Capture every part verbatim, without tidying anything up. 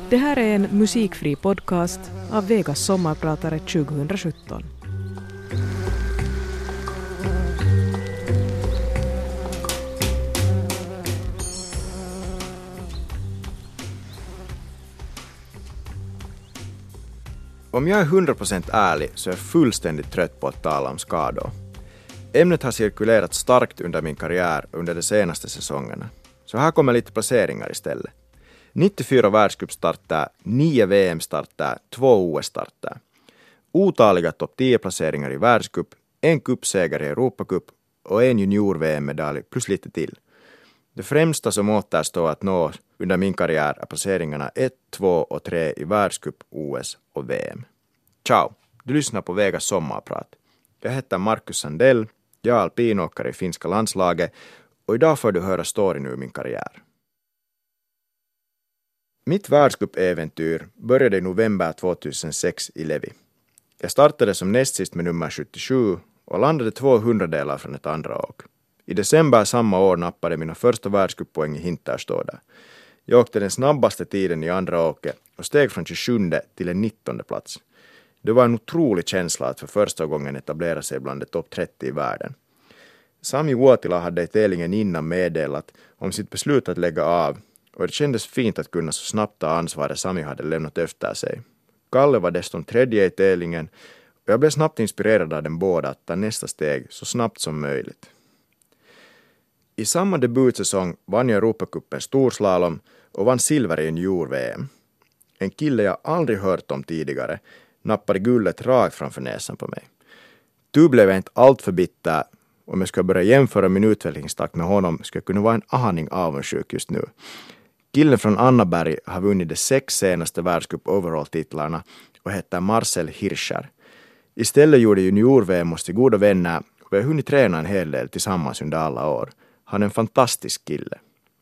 Det här är en musikfri podcast av Vegas sommarpratare tjugohundrasjutton. Om jag är hundra procent ärlig så är jag fullständigt trött på att tala om skador. Ämnet har cirkulerat starkt under min karriär under de senaste säsongerna. Så här kommer lite placeringar istället. nittiofyra världscupstarter, nio V M-starter, två O S-starter. Otaliga topp tio-placeringar i världscup, en cupseger i Europacup och en junior-V M-medalj plus lite till. Det främsta som återstår att nå under min karriär är placeringarna ett, två och tre i världscup, O S och V M. Ciao, du lyssnar på Vegas sommarprat. Jag heter Marcus Sandell, jag är alpinåkare i finska landslaget och idag får du höra storyn ur min karriär. Mitt världscup-äventyr började i november tjugohundrasex i Levi. Jag startade som näst sist med nummer sjuttiosju och landade två hundradelar från ett andra åk. I december samma år nappade mina första världscuppoäng i Hinterståda. Jag åkte den snabbaste tiden i andra åket och steg från tjugosjunde till en nittonde plats. Det var en otrolig känsla att för första gången etablera sig bland de topp trettio i världen. Sami Uotila hade i tävlingen innan meddelat om sitt beslut att lägga av och det kändes fint att kunna så snabbt ta ansvaret Sami hade lämnat efter sig. Kalle var dessutom tredje i tävlingen och jag blev snabbt inspirerad av den båda att ta nästa steg så snabbt som möjligt. I samma debutsäsong vann jag Europacupen storslalom och vann silver i junior-V M. En kille jag aldrig hört om tidigare nappade guldet rakt framför näsan på mig. Du blev inte allt för bitter. Om jag ska börja jämföra min utvecklingstakt med honom ska jag kunna vara en aning avundsjuk just nu. Killen från Annaberg har vunnit de sex senaste världscup overall-titlarna och heter Marcel Hirscher. Istället gjorde junior-V M oss till goda vänner och vi har hunnit träna en hel del tillsammans under alla år. Han är en fantastisk kille.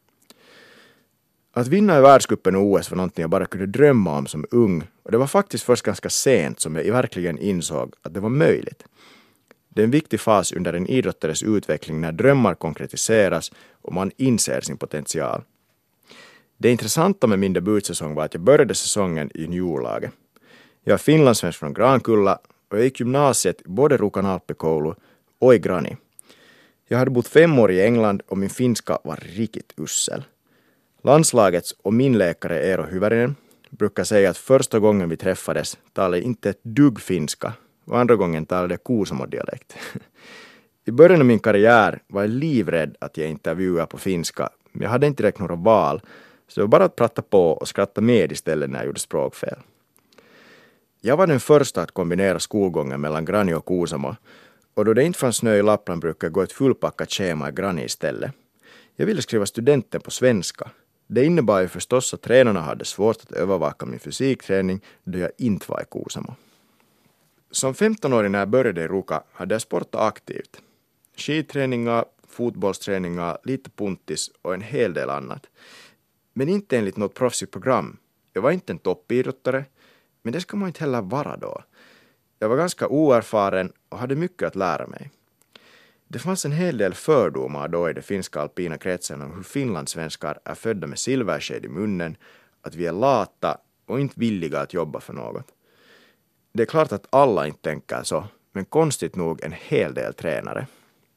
Att vinna i världscupen och O S var någonting jag bara kunde drömma om som ung och det var faktiskt först ganska sent som jag verkligen insåg att det var möjligt. Det är en viktig fas under en idrottares utveckling när drömmar konkretiseras och man inser sin potential. Det intressanta med min debutsäsong var att jag började säsongen i juniorlaget. Jag är finlandssvensk från Grankulla och jag gick gymnasiet både Rukanalppikoulu och i Grani. Jag hade bott fem år i England och min finska var riktigt ussel. Landslagets och min läkare Eero Hyvärinen brukar säga att första gången vi träffades talade inte ett dugg finska och andra gången talade jag Kuusamo-dialekt. I början av min karriär var jag livrädd att jag intervjuade på finska, men jag hade inte direkt några val, så det var bara att prata på och skratta med istället när jag gjorde språkfel. Jag var den första att kombinera skolgången mellan Grani och Kuusamo, och då det inte fanns snö i Lappland brukade jag gå ett fullpackat schema i Grani istället. Jag ville skriva studenten på svenska. Det innebar ju förstås att tränarna hade svårt att övervaka min fysikträning då jag inte var i Kuusamo. Som femton-åring när jag började i Ruka hade jag sportat aktivt. Skidträningar, fotbollsträningar, lite puntis och en hel del annat. Men inte enligt något proffsigt program. Jag var inte en toppidrottare, men det ska man inte heller vara då. Jag var ganska oerfaren och hade mycket att lära mig. Det fanns en hel del fördomar då i de finska alpina kretsen om hur finlandssvenskar är födda med silversked i munnen, att vi är lata och inte villiga att jobba för något. Det är klart att alla inte tänker så, men konstigt nog en hel del tränare.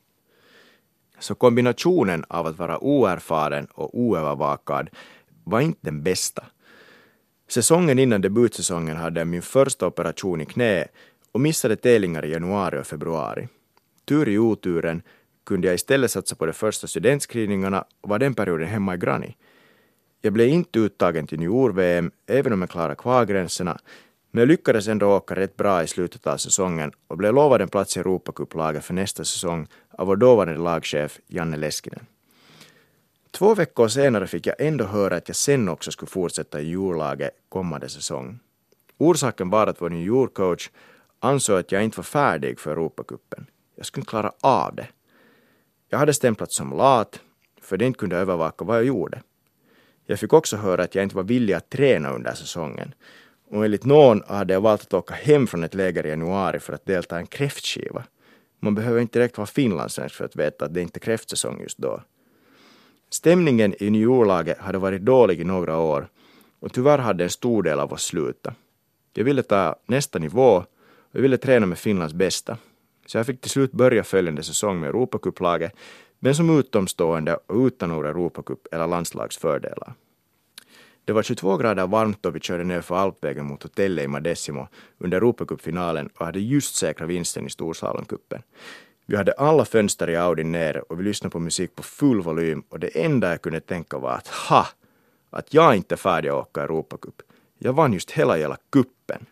Så kombinationen av att vara oerfaren och oövervakad var inte den bästa. Säsongen innan debutsäsongen hade jag min första operation i knä och missade tävlingar i januari och februari. Tur i oturen kunde jag istället satsa på de första studentskrivningarna och var den perioden hemma i Grani. Jag blev inte uttagen till junior-V M även om jag klarade kvalgränserna, men jag lyckades ändå åka rätt bra i slutet av säsongen och blev lovad en plats i Europacuplaget för nästa säsong av vår dåvarande lagchef Janne Leskinen. Två veckor senare fick jag ändå höra att jag sen också skulle fortsätta i juniorlaget kommande säsong. Orsaken var att vår juniorcoach ansåg att jag inte var färdig för Europacupen. Jag skulle inte klara av det. Jag hade stämplat som lat, för det inte kunde övervaka vad jag gjorde. Jag fick också höra att jag inte var villig att träna under säsongen. Och enligt någon hade jag valt att åka hem från ett läger i januari för att delta i en kräftskiva. Man behöver inte direkt vara finlandssvensk för att veta att det inte är kräftsäsong just då. Stämningen i juniorlaget hade varit dålig i några år och tyvärr hade en stor del av oss slutat. Jag ville ta nästa nivå och jag ville träna med Finlands bästa. Så jag fick till slut börja följande säsong med Europacuplaget, men som utomstående och utan några Europacup eller landslagsfördelar. Det var tjugotvå grader varmt då vi körde ner för Alpvägen mot hotellet i Madessimo under Europacupfinalen och hade just säkrat vinsten i Storslalomcupen. Vi hade alla fönster i Audi nere och vi lyssnade på musik på full volym och det enda jag kunde tänka var att ha, att jag inte är färdig att åka Europacup. Jag vann just hela jävla kuppen.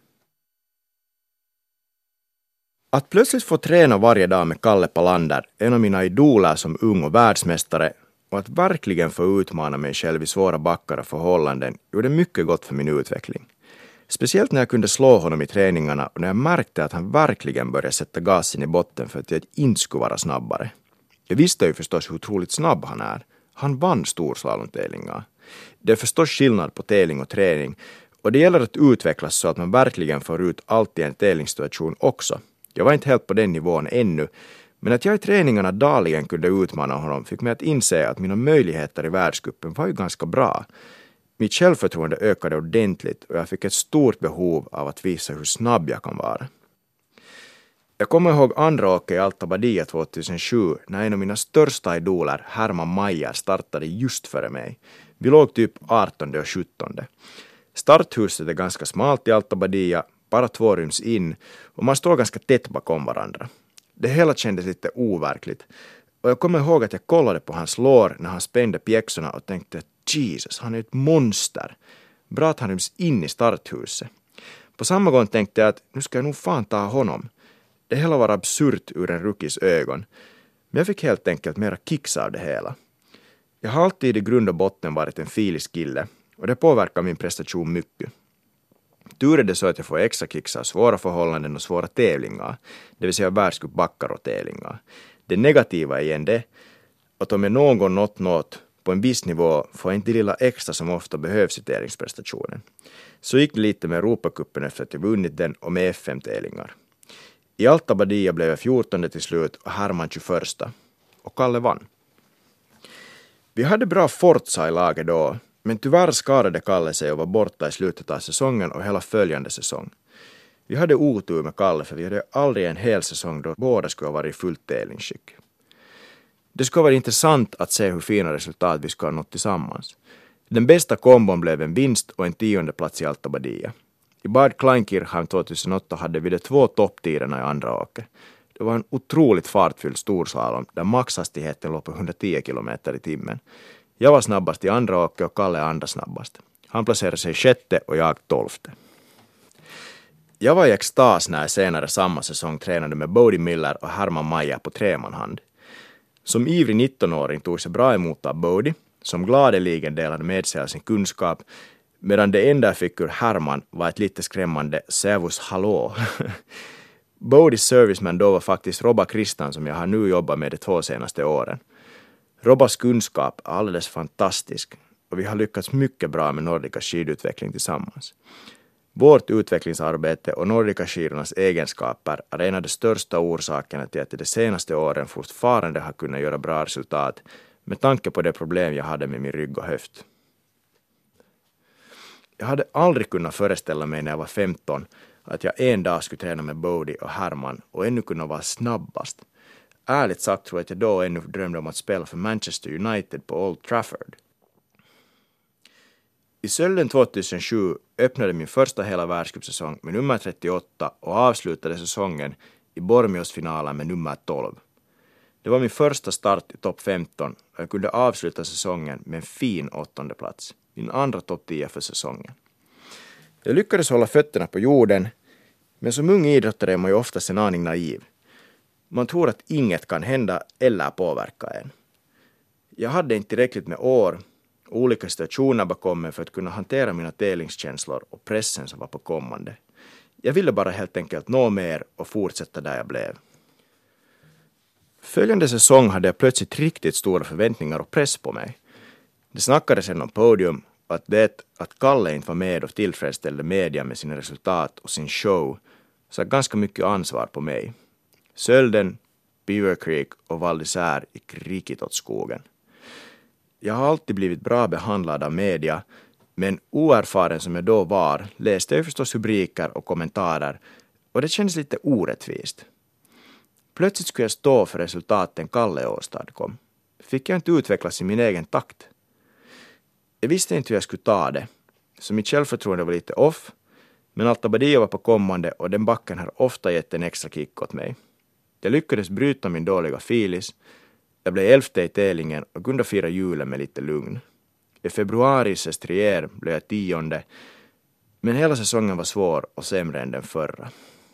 Att plötsligt få träna varje dag med Kalle Palander, en av mina idoler som ung och världsmästare, och att verkligen få utmana mig själv i svåra backar och förhållanden gjorde mycket gott för min utveckling. Speciellt när jag kunde slå honom i träningarna och när jag märkte att han verkligen började sätta gasen i botten för att jag inte skulle vara snabbare. Jag visste ju förstås hur otroligt snabb han är. Han vann storslalomtävlingar. Det är förstås skillnad på tävling och träning och det gäller att utvecklas så att man verkligen får ut allt i en tävlingssituation också. Jag var inte helt på den nivån ännu, men att jag i träningarna dagligen kunde utmana honom fick mig att inse att mina möjligheter i världscupen var ju ganska bra. Mitt självförtroende ökade ordentligt och jag fick ett stort behov av att visa hur snabb jag kan vara. Jag kommer ihåg andra åket i Alta Badia tjugohundrasju när en av mina största idoler, Herman Maier, startade just före mig. Vi låg typ artonde och sjuttonde. Starthuset är ganska smalt i Alta Badia, bara två rums in och man står ganska tätt bakom varandra. Det hela kändes lite overkligt och jag kommer ihåg att jag kollade på hans lår när han spände pjäxorna och tänkte Jesus, han är ett monster. Bra att han ryms in i starthuset. På samma gång tänkte jag att nu ska jag nog fan ta honom. Det hela var absurt ur en rookies ögon. Men jag fick helt enkelt mera kicks av det hela. Jag har alltid i grund och botten varit en filig kille och det påverkar min prestation mycket. Tur är det så att jag får extra kicks av svåra förhållanden och svåra tävlingar, det vill säga världscupbackar och tävlingar. Det negativa är igen det att om jag någon gång nått något på en viss nivå får jag inte det lilla extra som ofta behövs i tävlingsprestationen. Så gick det lite med Europacupen efter att jag vunnit den och med F M-tävlingar. I Alta Badia blev jag fjortonde till slut och Herman tjugoförsta. Och Kalle vann. Vi hade bra Forza i laget då, men tyvärr skadade Kalle sig och var borta i slutet av säsongen och hela följande säsong. Vi hade otur med Kalle för vi hade aldrig en hel säsong då båda skulle ha varit i fullt tävlingsskick. Det skulle vara intressant att se hur fina resultat vi skulle ha nått tillsammans. Den bästa kombon blev en vinst och en tionde plats i Alta Badia. I Bad Kleinkirchheim tjugohundraåtta hade vi de två topptiderna i andra åket. Det var en otroligt fartfylld storslalom där maxhastigheten låg på hundratio kilometer i timmen. Jag var snabbast i andra åket och Kalle andra snabbast. Han placerade sig sjätte och jag tolfte. Jag var i extas när jag senare samma säsong tränade med Bodie Miller och Herman Maier på tremanhand. Som ivrig nittonåring tog sig bra emot av Bodie, som gladeligen delade med sig av sin kunskap, medan det enda jag fick ur Herman var ett lite skrämmande servus hallå. Bodies serviceman då var faktiskt Robba Kristan som jag har nu jobbat med de två senaste åren. Robbas kunskap är alldeles fantastisk och vi har lyckats mycket bra med Nordica skidutveckling tillsammans. Vårt utvecklingsarbete och Nordica skidornas egenskaper är en av de största orsakerna till att de senaste åren fortfarande har kunnat göra bra resultat med tanke på det problem jag hade med min rygg och höft. Jag hade aldrig kunnat föreställa mig när jag var femton att jag en dag skulle träna med Bodie och Herman och ännu kunna vara snabbast. Ärligt sagt tror jag att jag då ännu drömde om att spela för Manchester United på Old Trafford. I Sölden tjugohundrasju öppnade min första hela världscupsäsong med nummer trettioåtta och avslutade säsongen i Bormios-finalen med nummer tolv. Det var min första start i topp femton och jag kunde avsluta säsongen med en fin åttonde plats, min andra topp tio för säsongen. Jag lyckades hålla fötterna på jorden, men som ung idrottare är man ju oftast en aning naiv. Man tror att inget kan hända eller påverka en. Jag hade inte tillräckligt med år och olika situationer bakom mig för att kunna hantera mina tävlingskänslor och pressen som var på kommande. Jag ville bara helt enkelt nå mer och fortsätta där jag blev. Följande säsong hade jag plötsligt riktigt stora förväntningar och press på mig. Det snackades sen om podium och att det att Kalle inte var med och tillfredsställde media med sina resultat och sin show så ganska mycket ansvar på mig. Sölden, Beaver Creek och Val d'Isère gick riktigt åt skogen. Jag har alltid blivit bra behandlad av media, Men oerfaren som jag då var läste jag förstås rubriker och kommentarer och det kändes lite orättvist. Plötsligt skulle jag stå för resultaten Kalle åstadkom. Fick jag inte utvecklas i min egen takt? Jag visste inte hur jag skulle ta det, så mitt självförtroende var lite off, men Alta-Badia var på kommande och den backen har ofta gett en extra kick åt mig. Jag lyckades bryta min dåliga filis, jag blev elfte i tävlingen och kunde fira julen med lite lugn. I februari i Sestrier blev jag tionde, men hela säsongen var svår och sämre än den förra.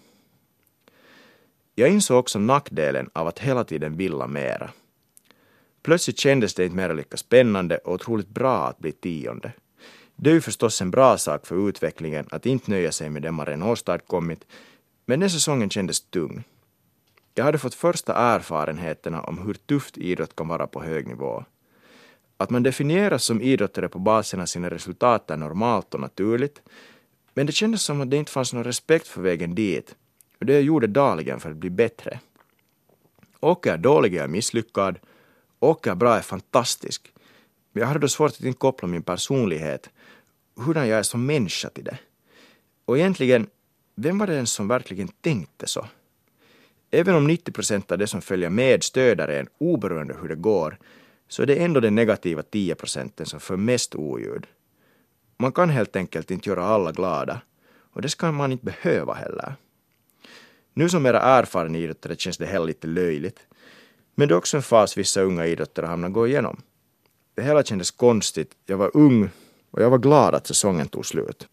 Jag insåg också nackdelen av att hela tiden vilja mera. Plötsligt kändes det inte mer lika spännande och otroligt bra att bli tionde. Det är ju förstås en bra sak för utvecklingen att inte nöja sig med det man redan åstadkommit, men den säsongen kändes tung. Jag hade fått första erfarenheterna om hur tufft idrott kan vara på hög nivå. Att man definieras som idrottare på basen av sina resultat är normalt och naturligt, men det kändes som att det inte fanns någon respekt för vägen dit, och det jag gjorde dagligen för att bli bättre. Åker jag dålig är misslyckad, åker jag bra är fantastisk, men jag hade då svårt att inte koppla min personlighet, hur jag är som människa till det. Och egentligen, vem var det den som verkligen tänkte så? Även om nittio procent av det som följer med stöder en oberoende hur det går, så är det ändå den negativa tio procenten som för mest oljud. Man kan helt enkelt inte göra alla glada, och det ska man inte behöva heller. Nu som era erfaren idrottare känns det heller lite löjligt, men det är också en fas vissa unga idrottare hamnar gå igenom. Det hela kändes konstigt, jag var ung och jag var glad att säsongen tog slut.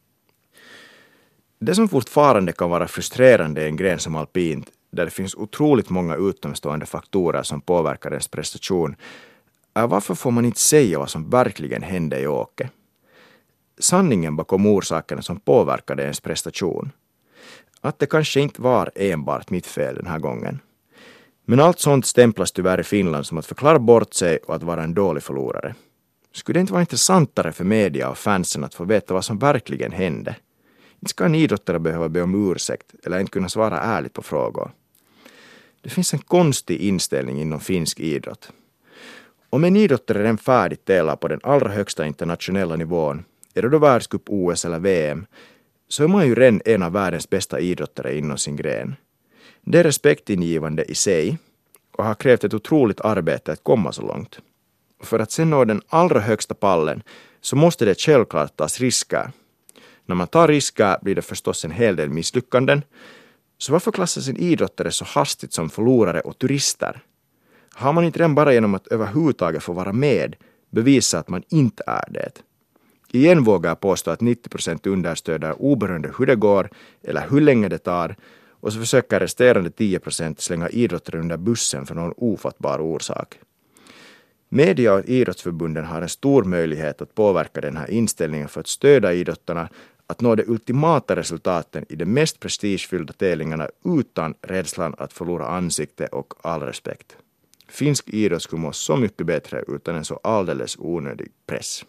Det som fortfarande kan vara frustrerande i en gren som alpint, där det finns otroligt många utomstående faktorer som påverkar ens prestation, är varför får man inte säga vad som verkligen hände i åket? Sanningen bakom orsakerna som påverkade ens prestation. Att det kanske inte var enbart mitt fel den här gången. Men allt sånt stämplas tyvärr i Finland som att förklara bort sig och att vara en dålig förlorare. Skulle det inte vara intressantare för media och fansen att få veta vad som verkligen hände? Inte ska en idrottare behöva be om ursäkt eller inte kunna svara ärligt på frågor. Det finns en konstig inställning inom finsk idrott. Om en idrottare redan färdigt delar på den allra högsta internationella nivån, är det då världscup, O S eller V M, så är man ju redan en av världens bästa idrottare inom sin gren. Det är respektingivande i sig och har krävt ett otroligt arbete att komma så långt. Och för att sen nå den allra högsta pallen så måste det självklart tas risker. När man tar risker blir det förstås en hel del misslyckanden. Så varför klassas en idrottare så hastigt som förlorare och turister? Har man inte redan bara genom att överhuvudtaget få vara med bevisa att man inte är det? Igen vågar jag påstå att nittio procent understöder oberoende hur det går eller hur länge det tar, och så försöker resterande tio procent slänga idrottare under bussen för någon ofattbar orsak. Media och idrottsförbunden har en stor möjlighet att påverka den här inställningen för att stödja idrottarna att nå de ultimata resultaten i de mest prestigefyllda tävlingarna utan rädslan att förlora ansikte och all respekt. Finsk idrott skulle må så mycket bättre utan en så alldeles onödig press.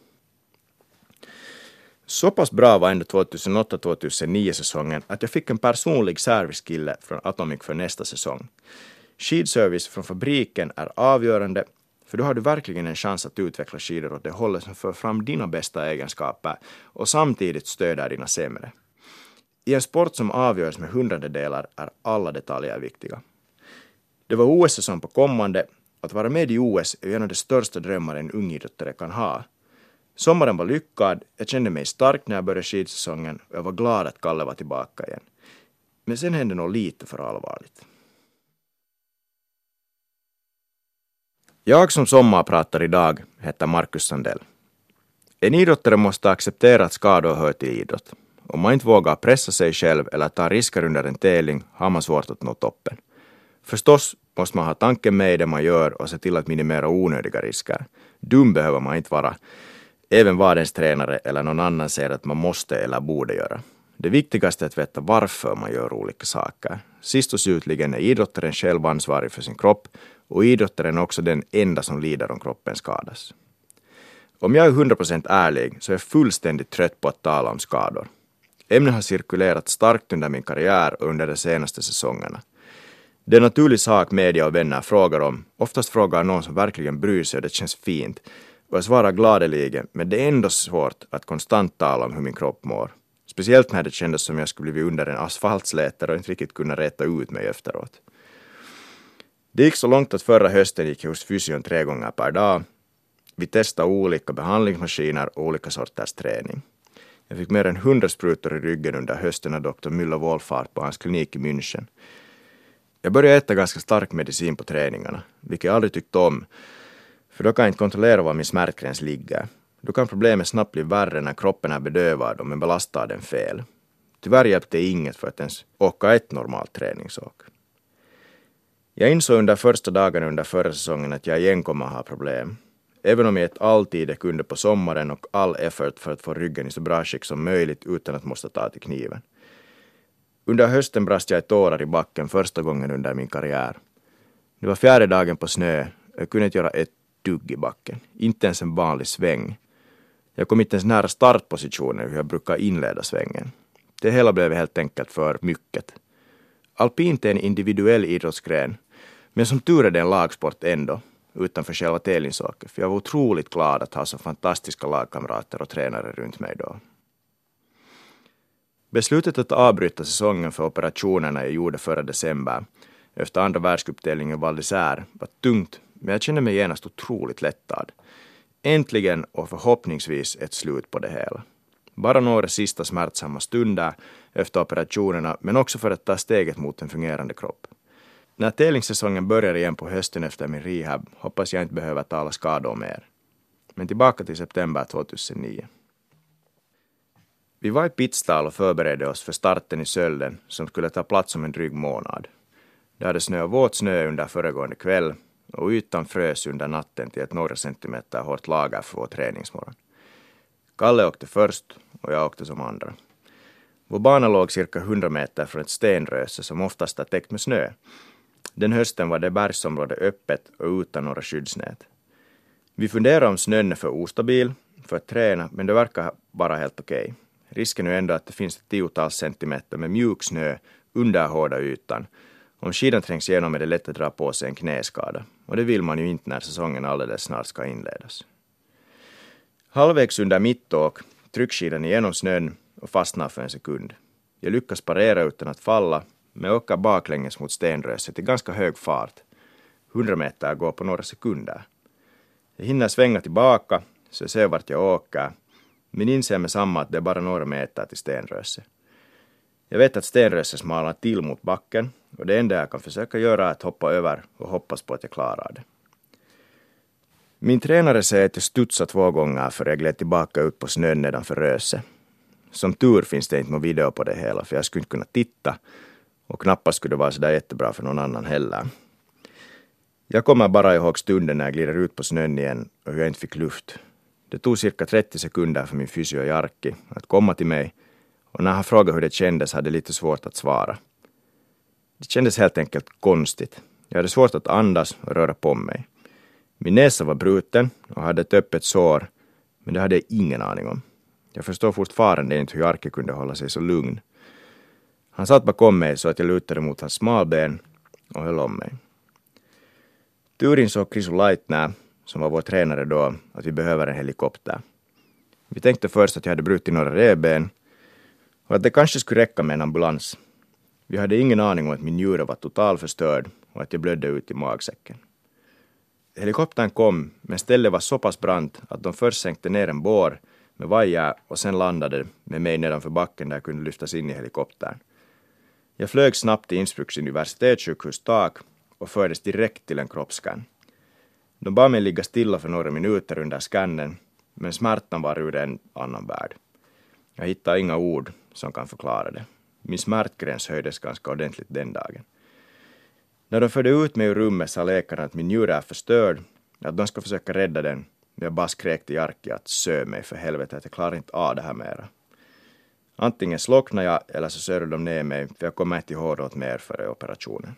Så pass bra var ändå tjugohundraåtta tjugohundranio säsongen att jag fick en personlig servicekille från Atomic för nästa säsong. Skidservice från fabriken är avgörande, för då har du verkligen en chans att utveckla skidor åt det hållet som för fram dina bästa egenskaper och samtidigt stödja dina sämre. I en sport som avgörs med hundradelar är alla detaljer viktiga. Det var O S-säsong på kommande. Att vara med i O S är en av de största drömmar en ung idrottare kan ha. Sommaren var lyckad, jag kände mig stark när jag började skidsäsongen och jag var glad att Kalle var tillbaka igen. Men sen hände nog lite för allvarligt. Jag som sommarpratar idag heter Marcus Sandell. En idrottare måste acceptera att skador hör till idrott. Om man inte vågar pressa sig själv eller ta risker under en tävling har man svårt att nå toppen. Förstås måste man ha tanken med i det man gör och se till att minimera onödiga risker. Dum behöver man inte vara. Även vad ens tränare eller någon annan säger att man måste eller borde göra. Det viktigaste är att veta varför man gör olika saker. Sist och slutligen är idrottaren själv ansvarig för sin kropp och idrottaren är också den enda som lider om kroppen skadas. Om jag är hundra procent ärlig så är jag fullständigt trött på att tala om skador. Ämnet har cirkulerat starkt under min karriär och under de senaste säsongerna. Det är en naturlig sak media och vänner frågar om. Oftast frågar någon som verkligen bryr sig och det känns fint. och jag svarar gladeligen, men det är ändå svårt att konstant tala om hur min kropp mår. Speciellt när det kändes som jag skulle bli under en asfaltslätare och inte riktigt kunna rätta ut mig efteråt. Det gick så långt att förra hösten gick jag hos fysion tre gånger per dag. Vi testade olika behandlingsmaskiner och olika sorters träning. Jag fick mer än hundra sprutor i ryggen under hösten av doktor Müller Wohlfahrt på hans klinik i München. Jag började äta ganska stark medicin på träningarna, vilket jag aldrig tyckt om, för då kan jag inte kontrollera var min smärtgräns ligger. Då kan problemet snabbt bli värre när kroppen är bedövad och man belastar den fel. Tyvärr hjälpte det inget för att ens åka ett normalt träningsåk. Jag insåg under första dagarna under förra säsongen att jag igen kommer att ha problem. Även om jag ett alltid är kunde på sommaren och all effort för att få ryggen i så bra skick som möjligt utan att måste ta till kniven. Under hösten brast jag i tårar i backen första gången under min karriär. Det var fjärde dagen på snö och jag kunde inte göra ett dugg i backen. Inte ens en vanlig sväng. Jag kom inte ens nära startpositionen hur jag brukar inleda svängen. Det hela blev helt enkelt för mycket. Alpint är en individuell idrottsgren, men som tur är det en lagsport ändå, utanför själva tävlingsåket, för jag var otroligt glad att ha så fantastiska lagkamrater och tränare runt mig då. Beslutet att avbryta säsongen för operationerna jag gjorde förra december efter andra världscuptävlingen i Val d'Isère var tungt, men jag kände mig genast otroligt lättad. Äntligen och förhoppningsvis ett slut på det hela. Bara några sista smärtsamma stunder efter operationerna, men också för att ta steget mot en fungerande kropp. När tävlingssäsongen börjar igen på hösten efter min rehab hoppas jag inte behöver tala skador mer. Men tillbaka till september tjugohundranio. Vi var i pitstall och förberedde oss för starten i Sölden som skulle ta plats om en dryg månad. Det hade snö och våt snö under föregående kväll och ytan frös under natten till ett några centimeter hårt lager för vår träningsmorgon. Kalle åkte först och jag åkte som andra. Vår bana låg cirka hundra meter från ett stenröse som oftast är täckt med snö. Den hösten var det bergsområde öppet och utan några skyddsnät. Vi funderade om snön är för ostabil för att träna, men det verkar bara helt okej. Risken är ändå att det finns ett tiotals centimeter med mjuk snö under hårda ytan. Om skidan trängs igenom är det lätt att dra på sig en knäskada. Och det vill man ju inte när säsongen alldeles snart ska inledas. Halvvägs under mitt åk tryck skidan igenom snön och fastnar för en sekund. Jag lyckas parera utan att falla, men åker baklänges mot stenröset i ganska hög fart. hundra meter går på några sekunder. Jag hinner svänga tillbaka så jag ser vart jag åker, men inser med samma att det är bara några meter till stenröset. Jag vet att stenröset smalnar till mot backen och det enda jag kan försöka göra är att hoppa över och hoppas på att jag klarar det. Min tränare säger att jag studsade två gånger för jag gled tillbaka upp på snön nedanför röset. Som tur finns det inte någon video på det hela för jag skulle inte kunna titta och knappast skulle det vara så där jättebra för någon annan heller. Jag kommer bara ihåg stunden när jag glider ut på snön igen och hur jag inte fick luft. Det tog cirka trettio sekunder för min fysio Jarkki att komma till mig och när han frågade hur det kändes hade jag lite svårt att svara. Det kändes helt enkelt konstigt. Jag hade svårt att andas och röra på mig. Min näsa var bruten och hade ett öppet sår, men det hade jag ingen aning om. Jag förstår fortfarande inte hur Jarkki kunde hålla sig så lugn. Han satt bakom mig så att jag lutade mot hans smalben och höll om mig. Tur insåg Krisu Leitner, som var vår tränare då, att vi behöver en helikopter. Vi tänkte först att jag hade brutit några revben och att det kanske skulle räcka med en ambulans. Vi hade ingen aning om att min njure var totalförstörd och att jag blödde ut i magsäcken. Helikoptern kom, men stället var så pass brant att de först sänkte ner en bår med vajer och sen landade med mig nedanför backen där jag kunde lyftas in i helikoptern. Jag flög snabbt till Innsbrucks universitetssjukhus tak och fördes direkt till en kroppsscan. De bad mig ligga stilla för några minuter under skannen, men smärtan var ur en annan värld. Jag hittade inga ord som kan förklara det. Min smärtgräns höjdes ganska ordentligt den dagen. När de förde ut mig ur rummet sa läkaren att min njure är förstörd, att de ska försöka rädda den. Jag bara skrek till Jarkki att sö mig för helvete att jag klarar inte av det här mera. Antingen slocknade jag eller så sörde de ner mig för jag kommer inte ihåg något mer före operationen.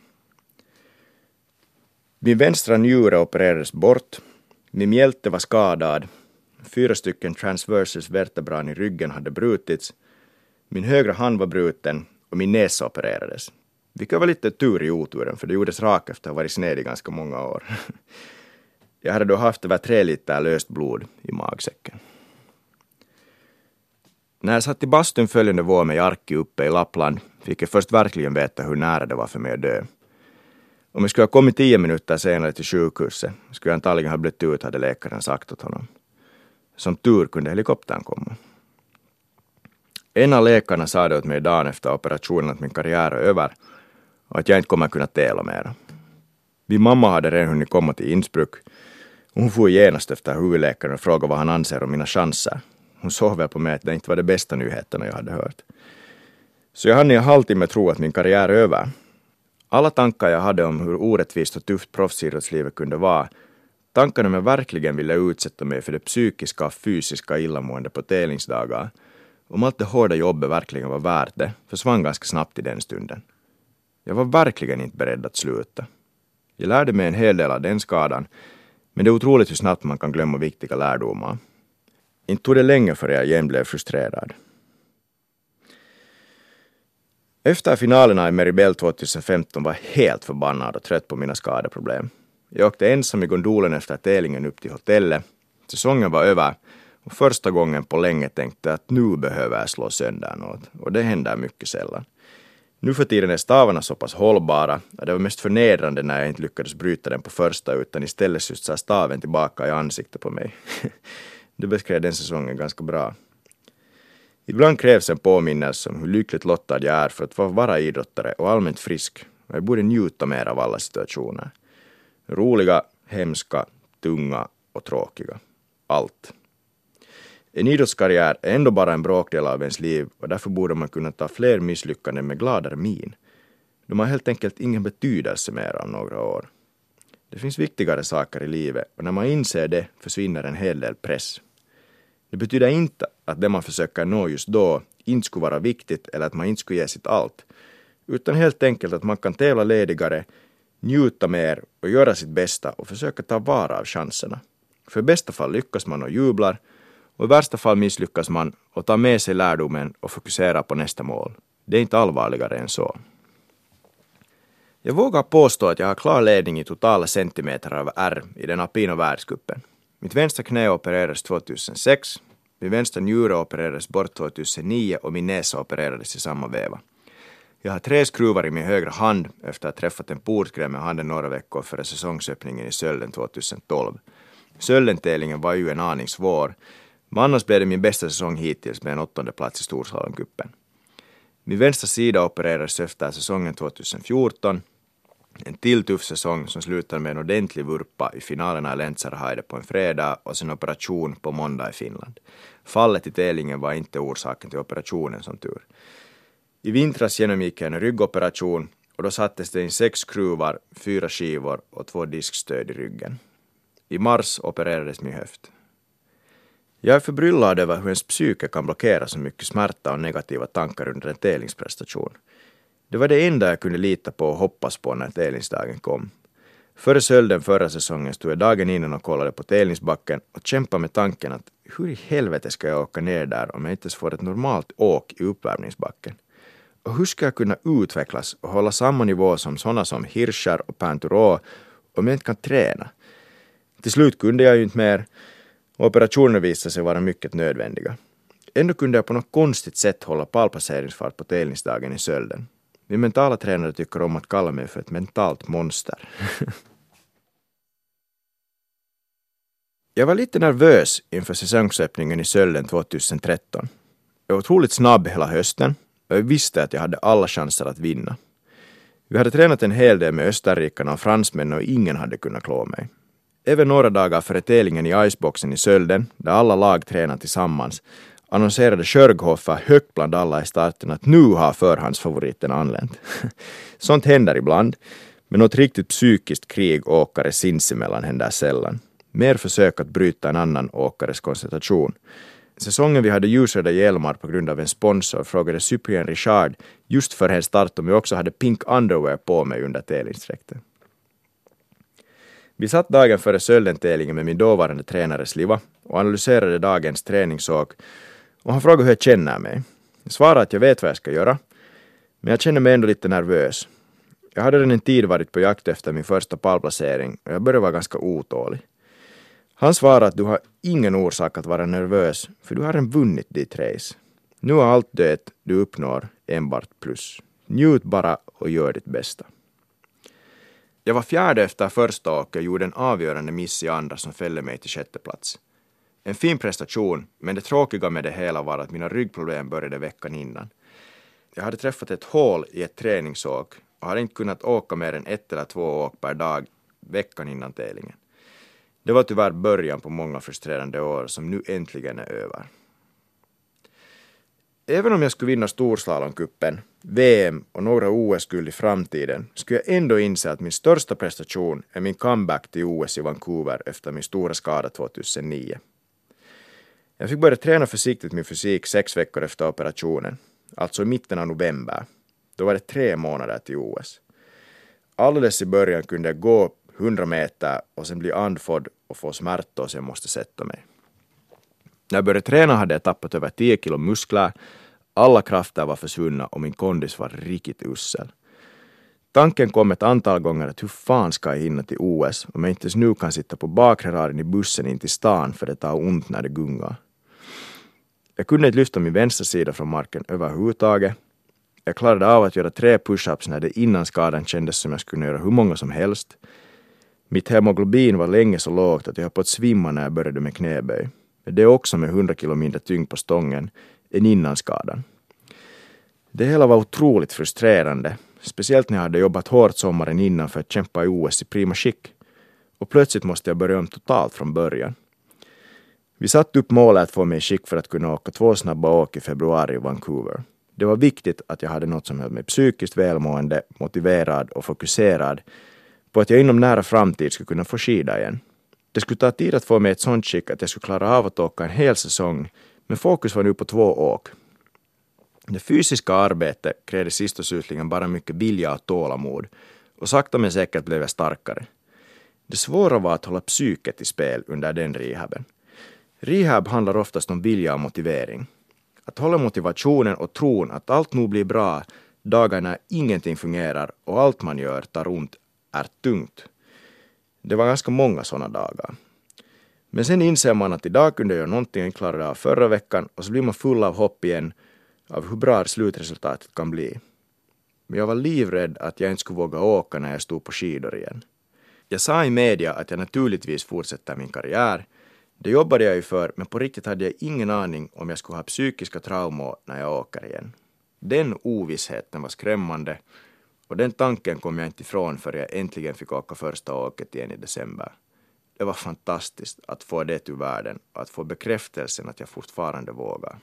Min vänstra njure opererades bort, min mjälte var skadad, fyra stycken transversus vertebran i ryggen hade brutits, min högra hand var bruten och min näsa opererades. Vilket var lite tur i oturen för det gjordes rak efter att ha varit sned i ganska många år. Jag hade då haft över tre liter löst blod i magsäcken. När jag satt i bastun följande vår med Jarkki uppe i Lappland fick jag först verkligen veta hur nära det var för mig att dö. Om jag skulle ha kommit tio minuter senare till sjukhuset skulle jag antagligen ha blivit ut, hade läkaren sagt åt honom. Som tur kunde helikoptern komma. En av läkarna sa det åt mig dagen efter operationen att min karriär är över och att jag inte kommer kunna tävla mera. Min mamma hade redan hunnit komma till Innsbruck och hon får genast efter huvudläkaren och frågade vad han anser om mina chanser. Hon såg väl på mig att det inte var det bästa nyheterna jag hade hört. Så jag hann i en halvtimme tro att min karriär är över. Alla tankar jag hade om hur orättvist och tufft proffsidrottslivet kunde vara, tankarna om jag verkligen ville utsätta mig för det psykiska och fysiska illamående på tävlingsdagar, om allt det hårda jobbet verkligen var värt det, försvann ganska snabbt i den stunden. Jag var verkligen inte beredd att sluta. Jag lärde mig en hel del av den skadan, men det är otroligt hur snabbt man kan glömma viktiga lärdomar. Inte tog det länge för jag igen blev frustrerad. Efter finalerna i Meribel tjugohundrafemton var jag helt förbannad och trött på mina skadeproblem. Jag åkte ensam i gondolen efter tävlingen upp till hotellet. Säsongen var över och första gången på länge tänkte jag att nu behöver jag slå sönder något. Och det händer mycket sällan. Nu för tiden är stavarna så pass hållbara och det var mest förnedrande när jag inte lyckades bryta den på första utan istället studsade staven tillbaka i ansiktet på mig. Det beskrev den säsongen ganska bra. Ibland krävs en påminnelse om hur lyckligt lottad jag är för att få vara idrottare och allmänt frisk. Jag borde njuta mer av alla situationer. Roliga, hemska, tunga och tråkiga. Allt. En idrottskarriär är ändå bara en bråkdel av ens liv och därför borde man kunna ta fler misslyckanden med gladare min. De har helt enkelt ingen betydelse mer om några år. Det finns viktigare saker i livet och när man inser det försvinner en hel del press. Det betyder inte att det man försöker nå just då inte skulle vara viktigt eller att man inte skulle ge sitt allt, utan helt enkelt att man kan tävla ledigare, njuta mer och göra sitt bästa och försöka ta vara av chanserna. För i bästa fall lyckas man och jublar och i värsta fall misslyckas man och tar med sig lärdomen och fokuserar på nästa mål. Det är inte allvarligare än så. Jag vågar påstå att jag har klar ledning i totala centimeter av R i den alpina världscupen. Mitt vänstra knä opererades tjugohundrasex, min vänstra njure opererades bort tjugohundranio och min näsa opererades i samma veva. Jag har tre skruvar i min högra hand efter att ha träffat en portgrej med handen några veckor före säsongsöppningen i Sölden tjugotolv. Söldentävlingen var ju en aning svår, men annars blev det min bästa säsong hittills med en åttonde plats i Storslalomcupen. Min vänstra sida opererades efter säsongen tjugofjorton, en till tuff säsong som slutade med en ordentlig vurpa i finalerna i Lenzerheide på en fredag och sin operation på måndag i Finland. Fallet i tävlingen var inte orsaken till operationen som tur. I vintras genomgick jag en ryggoperation och då sattes det in sex skruvar, fyra skivor och två diskstöd i ryggen. I mars opererades min höft. Jag är förbryllad över hur ens psyke kan blockera så mycket smärta och negativa tankar under en tävlingsprestation. Det var det enda jag kunde lita på och hoppas på när tävlingsdagen kom. Före Sölden förra säsongen stod jag dagen innan och kollade på tävlingsbacken och kämpade med tanken att hur i helvete ska jag åka ner där om jag inte får ett normalt åk i uppvärmningsbacken? Och hur ska jag kunna utvecklas och hålla samma nivå som sådana som Hirscher och Pinturault om jag inte kan träna? Till slut kunde jag ju inte mer och operationen visade sig vara mycket nödvändiga. Ändå kunde jag på något konstigt sätt hålla pallpasseringsfart på tävlingsdagen i Sölden. Min mentala tränare tycker om att kalla mig för ett mentalt monster. Jag var lite nervös inför säsongsöppningen i Sölden tjugotretton. Jag var otroligt snabb hela hösten och jag visste att jag hade alla chanser att vinna. Vi hade tränat en hel del med österrikarna och fransmän och ingen hade kunnat klå mig. Även några dagar före tävlingen i iceboxen i Sölden, där alla lag tränade tillsammans, annonserade Sjörghoffer högt bland alla i starten att nu har förhandsfavoriten anlänt. Sånt händer ibland, men något riktigt psykiskt krig åkare sinsemellan händer sällan. Mer försök att bryta en annan åkares koncentration. Säsongen vi hade ljusröda hjälmar på grund av en sponsor frågade Cyprien Richard just för en start om jag också hade pink underwear på mig under tävlingsdräkten. Vi satt dagen före Sölden-tävlingen med min dåvarande tränare Sliva och analyserade dagens träningsåk och han frågade hur jag känner mig. Jag svarade att jag vet vad jag ska göra, men jag känner mig ändå lite nervös. Jag hade redan en tid varit på jakt efter min första pallplacering och jag började vara ganska otålig. Han svarade att du har ingen orsak att vara nervös för du har redan vunnit ditt race. Nu är allt det du uppnår enbart plus. Njut bara och gör ditt bästa. Jag var fjärde efter första åket och gjorde en avgörande miss i andra som fällde mig till sjätte plats. En fin prestation, men det tråkiga med det hela var att mina ryggproblem började veckan innan. Jag hade träffat ett hål i ett träningsåk och hade inte kunnat åka mer än ett eller två åk per dag veckan innan tävlingen. Det var tyvärr början på många frustrerande år som nu äntligen är över. Även om jag skulle vinna Storslalomcupen, V M och några O S-guld i framtiden skulle jag ändå inse att min största prestation är min comeback till O S i Vancouver efter min stora skada tjugohundranio. Jag fick börja träna försiktigt min fysik sex veckor efter operationen, alltså i mitten av november. Då var det tre månader till O S. Alldeles i början kunde jag gå hundra meter och sen bli andfådd och få smärta och sen måste sätta mig. När jag började träna hade jag tappat över tio kilo muskler, alla krafter var försvunna och min kondis var riktigt usel. Tanken kom ett antal gånger att hur fan ska jag hinna till O S om jag inte nu kan sitta på bakre raden i bussen in till stan för det tar ont när det gungar. Jag kunde inte lyfta min vänstra sida från marken överhuvudtaget. Jag klarade av att göra tre push-ups när det innan skadan kändes som jag skulle göra hur många som helst. Mitt hemoglobin var länge så lågt att jag höll på att svimma när jag började med knäböj. Det är också med hundra kilo mindre tyngd på stången än innan skadan. Det hela var otroligt frustrerande, speciellt när jag hade jobbat hårt sommaren innan för att kämpa i O S i prima skick. Och plötsligt måste jag börja om totalt från början. Vi satte upp målet att få mig i skick för att kunna åka två snabba åk i februari i Vancouver. Det var viktigt att jag hade något som höll mig psykiskt välmående, motiverad och fokuserad på att jag inom nära framtid skulle kunna få skida igen. Det skulle ta tid att få mig ett sånt skick att jag skulle klara av att åka en hel säsong, men fokus var nu på två åk. Det fysiska arbetet krävde sist och slutligen bara mycket vilja och tålamod, och sakta men säkert blev jag starkare. Det svåra var att hålla psyket i spel under den rehaben. Rehab handlar oftast om vilja och motivering. Att hålla motivationen och tron att allt nog blir bra dagar när ingenting fungerar och allt man gör tar ont är tungt. Det var ganska många sådana dagar. Men sen inser man att idag kunde jag göra någonting jag inte klarade av förra veckan och så blir man full av hopp igen av hur bra slutresultatet kan bli. Men jag var livrädd att jag inte skulle våga åka när jag stod på skidor igen. Jag sa i media att jag naturligtvis fortsätter min karriär. Det jobbade jag ju för, men på riktigt hade jag ingen aning om jag skulle ha psykiska traumor när jag åker igen. Den ovissheten var skrämmande och den tanken kom jag inte ifrån för jag äntligen fick åka första åket igen i december. Det var fantastiskt att få det ur världen och att få bekräftelsen att jag fortfarande vågar.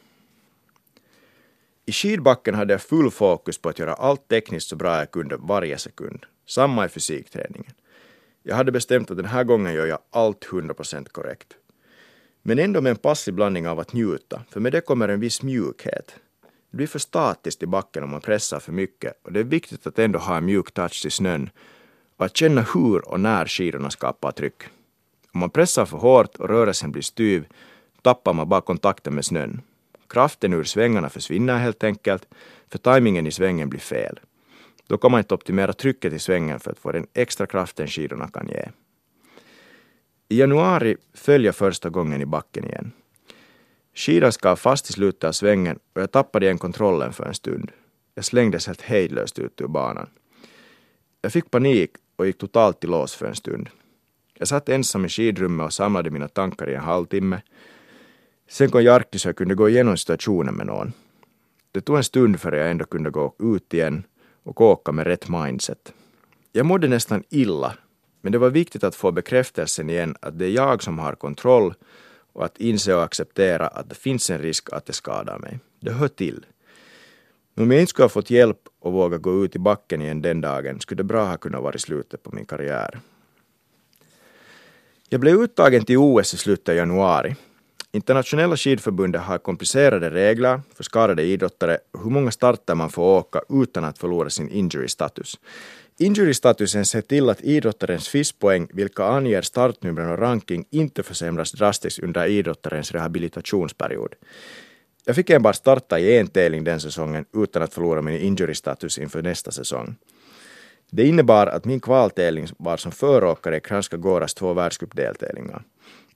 I skidbacken hade jag full fokus på att göra allt tekniskt så bra jag kunde varje sekund. Samma i fysikträningen. Jag hade bestämt att den här gången gör jag allt hundra procent korrekt. Men ändå med en passiv blandning av att njuta, för med det kommer en viss mjukhet. Det blir för statiskt i backen om man pressar för mycket och det är viktigt att ändå ha en mjuk touch till snön och att känna hur och när skidorna skapar tryck. Om man pressar för hårt och rörelsen blir styv tappar man bara kontakten med snön. Kraften ur svängarna försvinner helt enkelt för tajmingen i svängen blir fel. Då kan man inte optimera trycket i svängen för att få den extra kraften skidorna kan ge. I januari föll jag första gången i backen igen. Skidan skar fast i slutet av svängen och jag tappade igen kontrollen för en stund. Jag slängdes helt hejdlöst ut ur banan. Jag fick panik och gick totalt i lås för en stund. Jag satt ensam i skidrummet och samlade mina tankar i en halvtimme. Sen kom Jarkki så jag kunde gå igenom situationen med någon. Det tog en stund för jag ändå kunde gå ut igen och åka med rätt mindset. Jag mådde nästan illa, men det var viktigt att få bekräftelsen igen att det är jag som har kontroll och att inse och acceptera att det finns en risk att det skadar mig. Det hör till. Men om jag inte skulle ha fått hjälp och våga gå ut i backen igen den dagen skulle det bra ha kunnat vara i slutet på min karriär. Jag blev uttagen till O S i slutet av januari. Internationella skidförbundet har komplicerade regler för skadade idrottare och hur många starter man får åka utan att förlora sin injury-status. Injury-statusen ser till att idrottarens F I S-poäng, vilka anger startnumren och ranking, inte försämras drastiskt under idrottarens rehabilitationsperiod. Jag fick enbart starta i en tävling den säsongen utan att förlora min injury-status inför nästa säsong. Det innebar att min kvaltävling var som föråkare i Kranjska Goras två världscupdeltävlingar.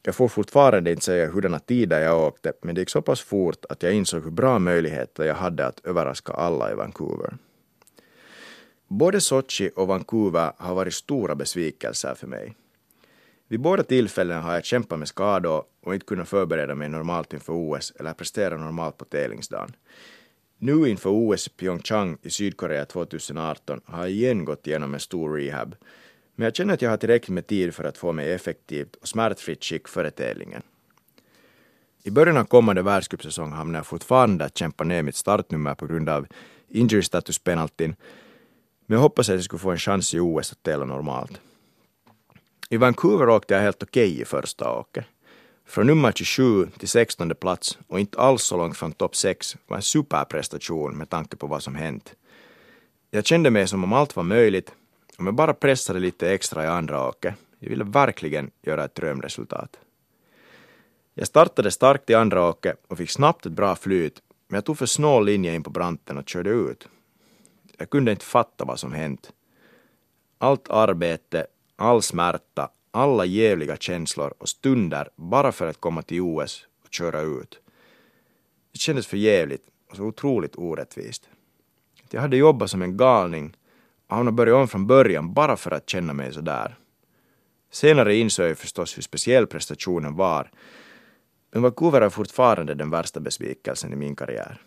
Jag får fortfarande inte säga hurdana tider jag åkte, men det gick så pass fort att jag insåg hur bra möjligheter jag hade att överraska alla i Vancouver. Både Sochi och Vancouver har varit stora besvikelser för mig. Vid båda tillfällen har jag kämpat med skador och inte kunnat förbereda mig normalt inför O S eller prestera normalt på tävlingsdagen. Nu inför O S i Pyeongchang i Sydkorea tjugoarton har jag igen gått igenom en stor rehab, men jag känner att jag har tillräckligt med tid för att få mig effektivt och smärtfritt skick före tävlingen. I början av kommande världscupsäsong hamnar jag fortfarande att kämpa ner mitt startnummer på grund av injury status penaltin, men jag hoppas att jag skulle få en chans i O S att tävla normalt. I Vancouver åkte jag helt okej i första åket. Från nummer tjugosju till sextonde plats och inte alls så långt från topp sex var en superprestation med tanke på vad som hänt. Jag kände mig som om allt var möjligt. Om jag bara pressade lite extra i andra åket. Jag ville verkligen göra ett drömresultat. Jag startade starkt i andra åket och fick snabbt ett bra flyt, men jag tog för snål linje in på branten och körde ut. Jag kunde inte fatta vad som hänt. Allt arbete, all smärta, alla jävliga känslor och stunder bara för att komma till O S och köra ut. Det kändes för jävligt och så otroligt orättvist. Jag hade jobbat som en galning och han började om från början bara för att känna mig så där. Senare insåg jag förstås hur speciell prestationen var, men Vancouver är fortfarande den värsta besvikelsen i min karriär.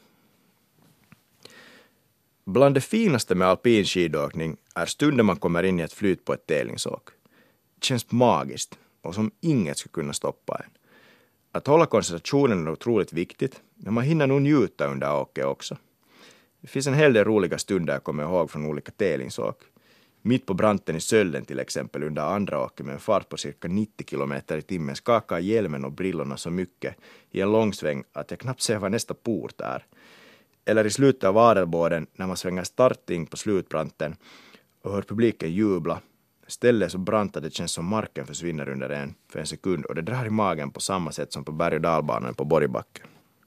Bland det finaste med alpin skidåkning är stunden man kommer in i ett flyt på ett tävlingsåk. Det känns magiskt och som inget skulle kunna stoppa en. Att hålla koncentrationen är otroligt viktigt, men man hinner nog njuta under åket också. Det finns en hel del roliga stunder jag kommer ihåg från olika tävlingsåk. Mitt på branten i Sölden till exempel under andra åket med en fart på cirka nittio kilometer i timmen skakar hjälmen och brillorna så mycket i en långsväng att jag knappt ser vad nästa port är. Eller i slutet av Adelbåden när man svänger starting på slutbranten och hör publiken jubla. Stället så brant att det känns som marken försvinner under en för en sekund och det drar i magen på samma sätt som på berg- och dalbanan på Borgbacken.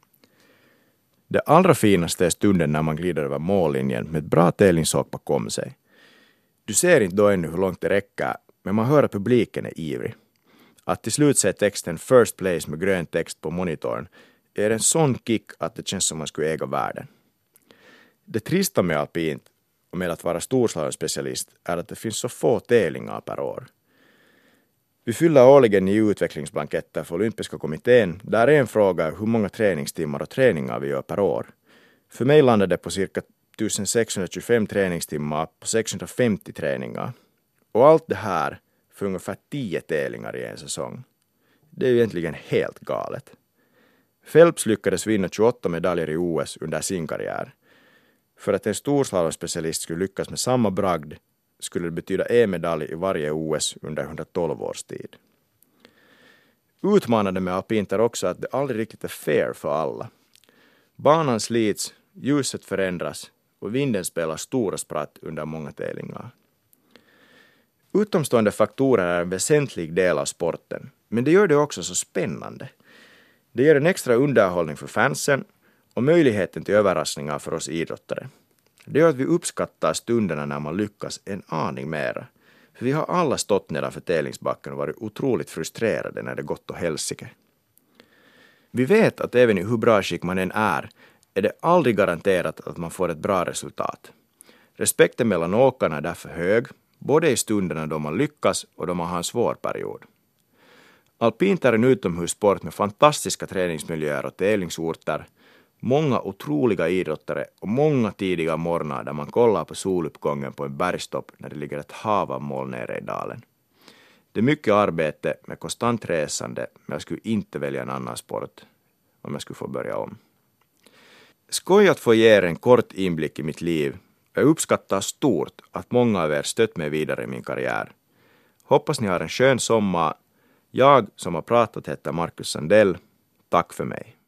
Det allra finaste är stunden när man glider över mållinjen med ett bra tävlingsåk bakom sig. Du ser inte då ännu hur långt det räcker, men man hör att publiken är ivrig. Att till slut se texten First Place med grön text på monitorn är en sån kick att det känns som man skulle äga världen. Det trista med alpint och med att vara storslalomspecialist är att det finns så få tävlingar per år. Vi fyller årligen i utvecklingsblanketter för olympiska kommittén där en fråga är hur många träningstimmar och träningar vi gör per år. För mig landade det på cirka sextonhundratjugofem träningstimmar på sexhundrafemtio träningar. Och allt det här för ungefär tio tävlingar i en säsong. Det är ju egentligen helt galet. Phelps lyckades vinna tjugoåtta medaljer i O S under sin karriär. För att en storslalomspecialist skulle lyckas med samma bragd skulle det betyda en medalj i varje O S under hundratolv års tid. Utmanande med alpint är också att det aldrig riktigt är fair för alla. Banan slits, ljuset förändras och vinden spelar stora spratt under många tävlingar. Utomstående faktorer är en väsentlig del av sporten, men det gör det också så spännande. Det ger en extra underhållning för fansen och möjligheten till överraskningar för oss idrottare. Det gör att vi uppskattar stunderna när man lyckas en aning mera. För vi har alla stått nedanför tävlingsbacken och varit otroligt frustrerade när det gått åt helsike. Vi vet att även i hur bra skick man än är, är det aldrig garanterat att man får ett bra resultat. Respekten mellan åkarna är därför hög, både i stunderna då man lyckas och då man har en svår period. Alpint är en utomhussport med fantastiska träningsmiljöer och tävlingsorter, många otroliga idrottare och många tidiga morgnar där man kollar på soluppgången på en bergstopp när det ligger ett hav av moln nere i dalen. Det är mycket arbete med konstant resande, men jag skulle inte välja en annan sport om jag skulle få börja om. Skoj att få ge er en kort inblick i mitt liv. Jag uppskattar stort att många av er stött mig vidare i min karriär. Hoppas ni har en skön sommar. Jag som har pratat heter Marcus Sandell. Tack för mig.